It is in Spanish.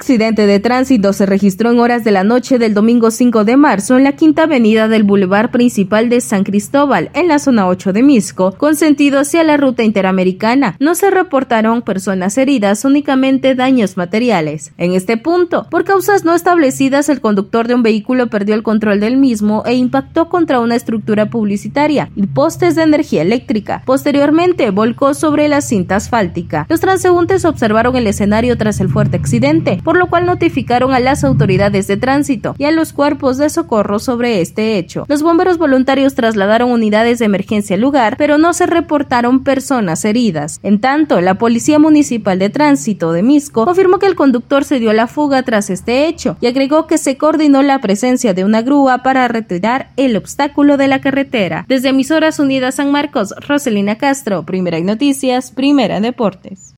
accidente de tránsito se registró en horas de la noche del domingo 5 de marzo en la quinta avenida del Boulevard Principal de San Cristóbal, en la zona 8 de Misco, con sentido hacia la ruta interamericana. No se reportaron personas heridas, únicamente daños materiales. En este punto, por causas no establecidas, el conductor de un vehículo perdió el control del mismo e impactó contra una estructura publicitaria y postes de energía eléctrica. Posteriormente, volcó sobre la cinta asfáltica. Los transeúntes observaron el escenario tras el fuerte accidente, por lo cual notificaron a las autoridades de tránsito y a los cuerpos de socorro sobre este hecho. Los bomberos voluntarios trasladaron unidades de emergencia al lugar, pero no se reportaron personas heridas. En tanto, la Policía Municipal de Tránsito de Misco confirmó que el conductor se dio a la fuga tras este hecho y agregó que se coordinó la presencia de una grúa para retirar el obstáculo de la carretera. Desde Emisoras Unidas San Marcos, Roselina Castro, Primera en Noticias, Primera en Deportes.